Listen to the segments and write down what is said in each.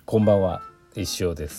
こんばんは、石尾です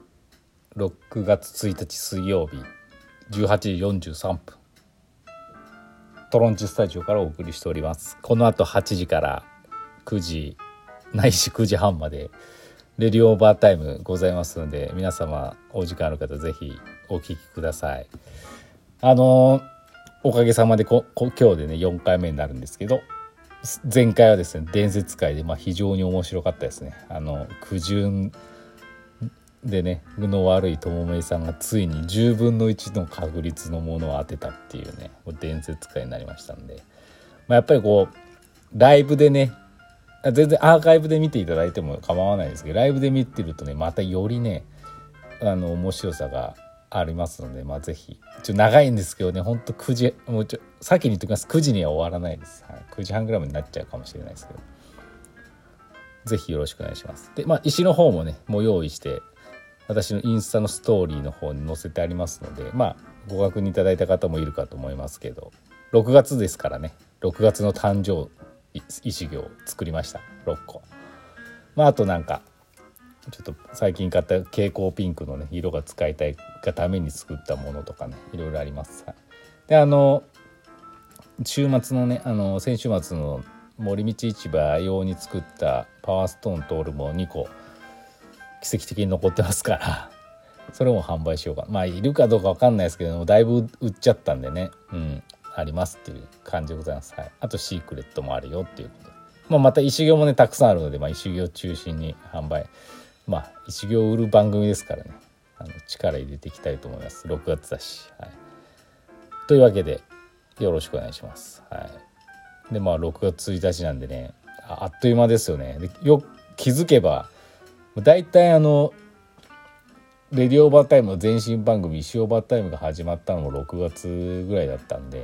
。6月1日水曜日18時43分、トロンチスタジオからお送りしております。この後8時から9時ないし9時半までレディオオーバータイムございますので、皆様お時間ある方ぜひお聞きください。おかげさまで今日でね4回目になるんですけど、前回はですね伝説界で非常に面白かったですね。苦渋でね具の悪いともめいさんがついに10分の1の確率のものを当てたっていうね伝説界になりましたんで、やっぱりライブでね、全然アーカイブで見ていただいても構わないですけど、ライブで見てるとねまたよりね面白さがありますので、ぜひ長いんですけどね、ほんと9時先に言っておきます。9時には終わらないです、9時半ぐらいになっちゃうかもしれないですけど、ぜひよろしくお願いします。で石の方もねもう用意して私のインスタのストーリーの方に載せてありますので、ご確認いただいた方もいるかと思いますけど、6月ですからね、6月の誕生石行を作りました、6個。あとちょっと最近買った蛍光ピンクのね色が使いたいがために作ったものとかねいろいろあります。で週末のね先週末の森道市場用に作ったパワーストーンとオルも2個奇跡的に残ってますからそれも販売しようか。いるかどうか分かんないですけどだいぶ売っちゃったんでね、ありますっていう感じでございます。あとシークレットもあるよっていうことで、また石行もねたくさんあるので、石行中心に販売、石行を売る番組ですからね、力入れていきたいと思います。6月だし、というわけでよろしくお願いします。で6月1日なんでね、あっという間ですよね。で気づけばだいたいレディオオーバータイムの前身番組石オーバータイムが始まったのも6月ぐらいだったんで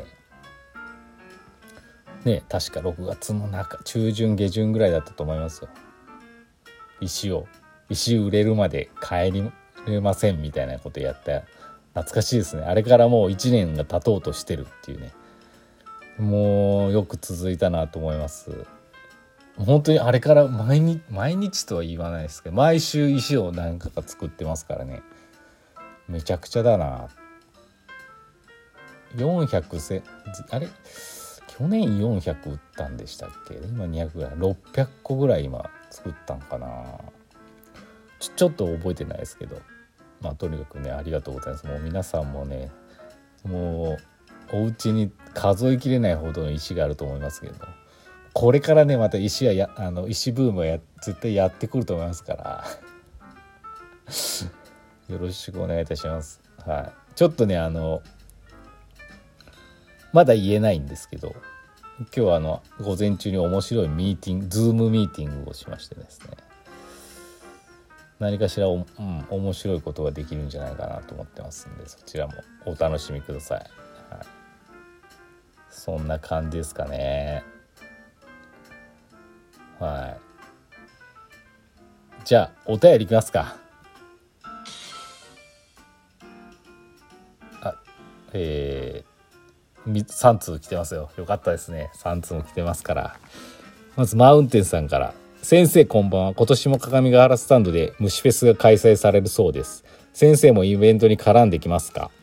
ね、確か6月の中旬下旬ぐらいだったと思いますよ。石売れるまで帰りれませんみたいなことやった懐かしいですね。あれからもう1年が経とうとしてるっていうね、もうよく続いたなと思います。本当にあれから毎日とは言わないですけど毎週石を何か作ってますからね、めちゃくちゃだな。400あれ去年400売ったんでしたっけ。今200ぐらい、600個ぐらい今作ったんかな。ちょっと覚えてないですけど、とにかくねありがとうございます。もう皆さんもねもうお家に数えきれないほどの石があると思いますけど、これからねまた石ブームは絶対やってくると思いますからよろしくお願いいたします。ちょっとねまだ言えないんですけど、今日は午前中に面白いズームミーティングをしましてですね、何かしら面白いことができるんじゃないかなと思ってますんで、そちらもお楽しみください。そんな感じですかね。じゃあお便りいきますか。3通来てますよ。よかったですね。3通も来てますから、まずマウンテンさんから、先生こんばんは。今年も各務原スタンドで虫フェスが開催されるそうです。先生もイベントに絡んできますか？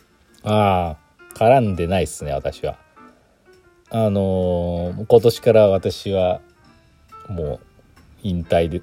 絡んでないですね、私は。今年から私はもう引退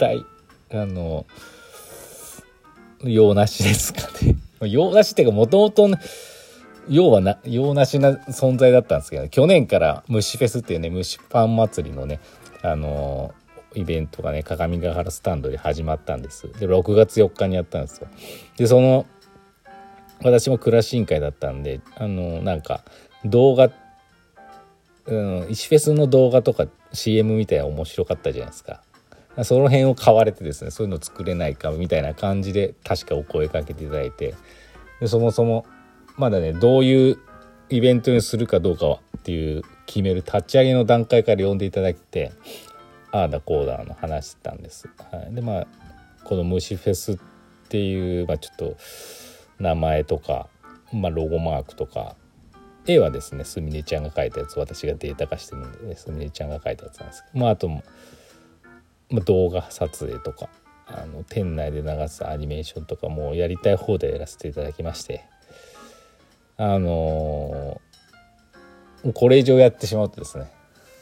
用なしですかね用なしっていうか、もともと用なしな存在だったんですけど、去年から虫フェスっていうね虫パン祭りのねイベントがね各務原スタンドで始まったんです。で6月4日にやったんですよ。で私もクラシ委員会だったんで動画、石フェスの動画とか CM みたいな面白かったじゃないですか。その辺を買われてですね、そういうの作れないかみたいな感じで確かお声かけていただいて、でそもそもまだねどういうイベントにするかどうかっていう決める立ち上げの段階から呼んでいただいて、ああだこうだの話してたんです。でこの虫フェスっていうちょっと名前とか、ロゴマークとか、絵はですねすみれちゃんが描いたやつ、私がデータ化してるんで、すみれちゃんが描いたやつなんですけど、あと動画撮影とか店内で流すアニメーションとかもやりたい放題やらせていただきまして、これ以上やってしまうとですね、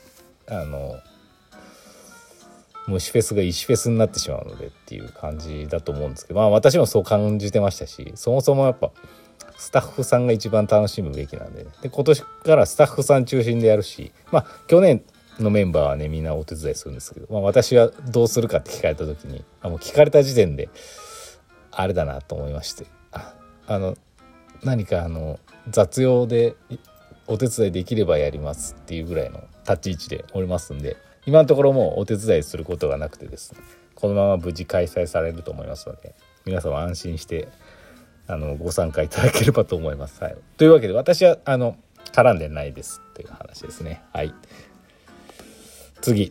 虫フェスが石フェスになってしまうのでっていう感じだと思うんですけど、私もそう感じてましたし、そもそもやっぱスタッフさんが一番楽しむべきなんで、ね、で今年からスタッフさん中心でやるし、去年のメンバーはねみんなお手伝いするんですけど、私はどうするかって聞かれた時にもう聞かれた時点であれだなと思いまして、何か雑用でお手伝いできればやりますっていうぐらいの立ち位置でおりますんで、今のところもうお手伝いすることがなくてですね、このまま無事開催されると思いますので、皆様安心してご参加いただければと思います。はい、というわけで私は絡んでないですっていう話ですね。はい、次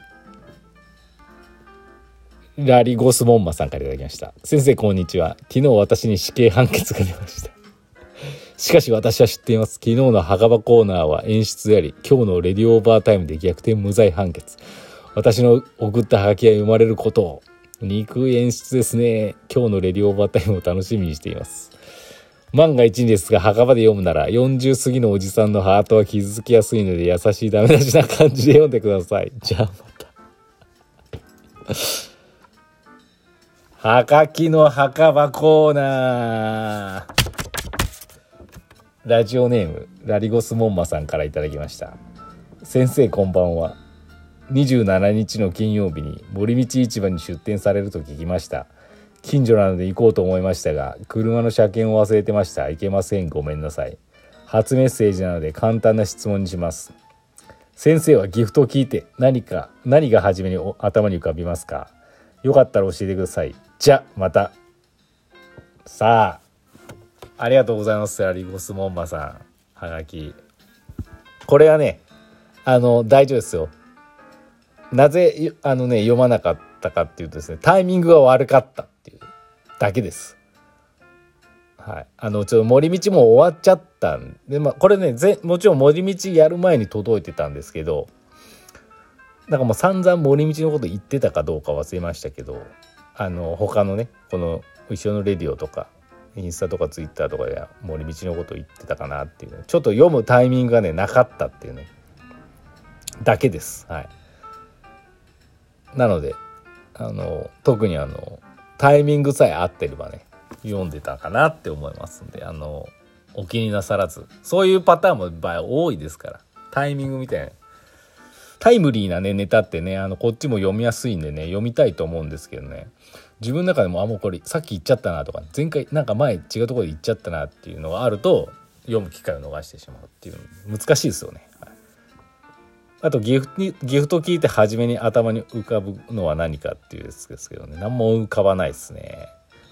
ラリゴスモンマさんからいただきました。先生こんにちは。昨日私に死刑判決が出ました。しかし私は知っています。昨日の墓場コーナーは演出であり、今日のレディオーバータイムで逆転無罪判決。私の送ったハガキが読まれることを。憎い演出ですね。今日のレディオーバータイムを楽しみにしています。万が一にですが、墓場で読むなら40過ぎのおじさんのハートは傷つきやすいので、優しいダメ出しな感じで読んでください。じゃあまたはがきの墓場コーナー。ラジオネームラリゴスモンマさんからいただきました。先生こんばんは。27日の金曜日に森道市場に出店されると聞きました。近所なので行こうと思いましたが、車の車検を忘れてました。行けません。ごめんなさい。初メッセージなので簡単な質問にします。先生はギフトを聞いて何が初めに頭に浮かびますか？よかったら教えてください。じゃまた。さあ、ありがとうございます。ラリゴスモンマさん、はがき。これはね、大丈夫ですよ。なぜ読まなかったかっていうとですね、タイミングが悪かったっていうだけです。はい、ちょっと森道も終わっちゃったんで、これねもちろん森道やる前に届いてたんですけど、なんかもう散々森道のこと言ってたかどうか忘れましたけど、他のねこの後ろのレディオとかインスタとかツイッターとかで森道のこと言ってたかなっていう、ね、ちょっと読むタイミングがねなかったっていうねだけです。はい。なので特にタイミングさえ合ってればね読んでたかなって思いますんで、お気になさらず。そういうパターンも場合多いですから、タイミングみたいなタイムリーなねネタってねこっちも読みやすいんでね読みたいと思うんですけどね、自分の中でももうこれさっき言っちゃったなとか、前回なんか前違うところで言っちゃったなっていうのがあると読む機会を逃してしまうっていう難しいですよね。はい、あとギフト聞いて初めに頭に浮かぶのは何かっていうやつですけどね、何も浮かばないですね。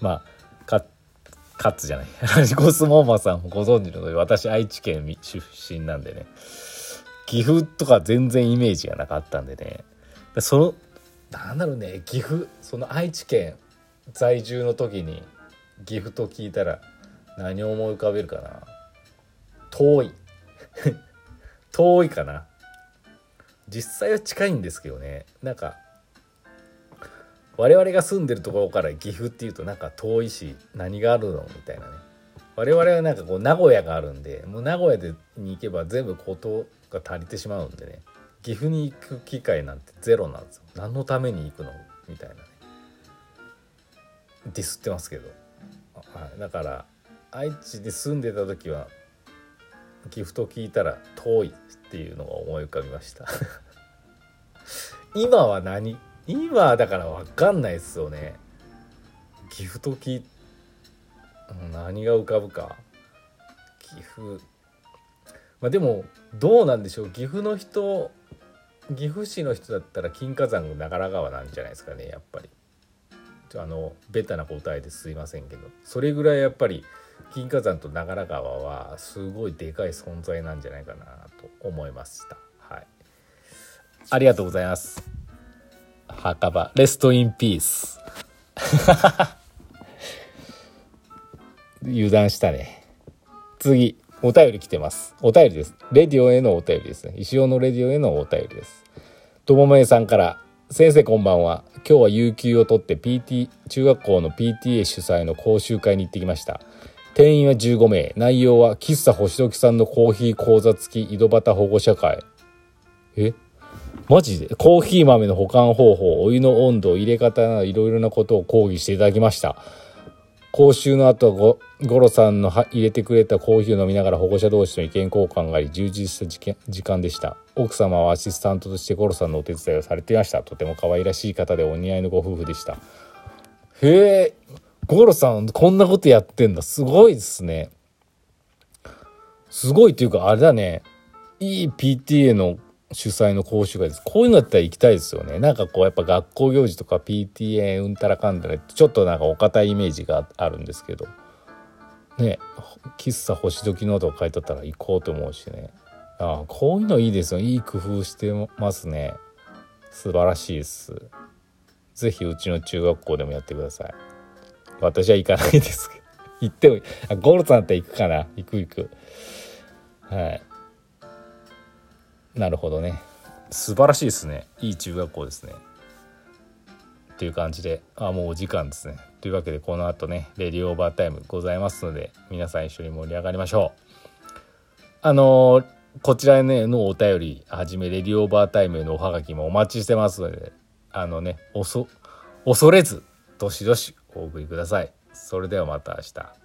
カッツじゃないラジコスモーマさんもご存知の通り、私愛知県出身なんでね、岐阜とか全然イメージがなかったんでね、なんだろうね、岐阜、その愛知県在住の時に岐阜と聞いたら何を思い浮かべるかな。遠い遠いかな。実際は近いんですけどね、なんか我々が住んでるところから岐阜っていうとなんか遠いし、何があるのみたいなね。我々はなんかこう名古屋があるんで、もう名古屋に行けば全部ことが足りてしまうんでね、岐阜に行く機会なんてゼロなんですよ。何のために行くのみたいなね、ディスってますけど、はい、だから愛知で住んでた時は岐阜と聞いたら遠いっていうのが思い浮かびました今は今だから分かんないですよね。岐阜と何が浮かぶか。岐阜、でもどうなんでしょう。岐阜市の人だったら金華山長良川なんじゃないですかね。やっぱりベタな答えですいませんけど、それぐらいやっぱり金華山と長良川はすごいでかい存在なんじゃないかなと思いました。はい、ありがとうございます。墓場レストインピース油断したね。次お便り来てます。お便りです。レディオへのお便りですね。石尾のレディオへのお便りです。ともめさんから、 先生こんばんは。今日は有給を取って 中学校の PTA 主催の講習会に行ってきました。定員は15名。内容は喫茶星時さんのコーヒー講座付き井戸端保護者会。マジで？コーヒー豆の保管方法、お湯の温度、入れ方などいろいろなことを講義していただきました。講習の後、ゴロさんの入れてくれたコーヒーを飲みながら保護者同士の意見交換があり、充実した時間でした。奥様はアシスタントとしてゴロさんのお手伝いをされていました。とても可愛らしい方でお似合いのご夫婦でした。へえ、ゴロさんこんなことやってんだ。すごいですね。すごいっていうかあれだね。いい PTA の主催の講習会です。こういうのだったら行きたいですよね。なんかこうやっぱ学校行事とか PTA うんたらかんたらちょっとなんかお堅いイメージがあるんですけどね、喫茶星時のとか書いてあったら行こうと思うしね。こういうのいいですよ。いい工夫してますね。素晴らしいです。ぜひうちの中学校でもやってください。私は行かないですけど行ってもゴルさんだったら行くかな。行くはい、なるほどね。素晴らしいですね。いい中学校ですね。っていう感じでもうお時間ですね。というわけでこの後ねレディオーバータイムございますので皆さん一緒に盛り上がりましょう。こちらへねのお便りはじめレディオーバータイムへのおはがきもお待ちしてますので恐れずどしどしお送りください。それではまた明日。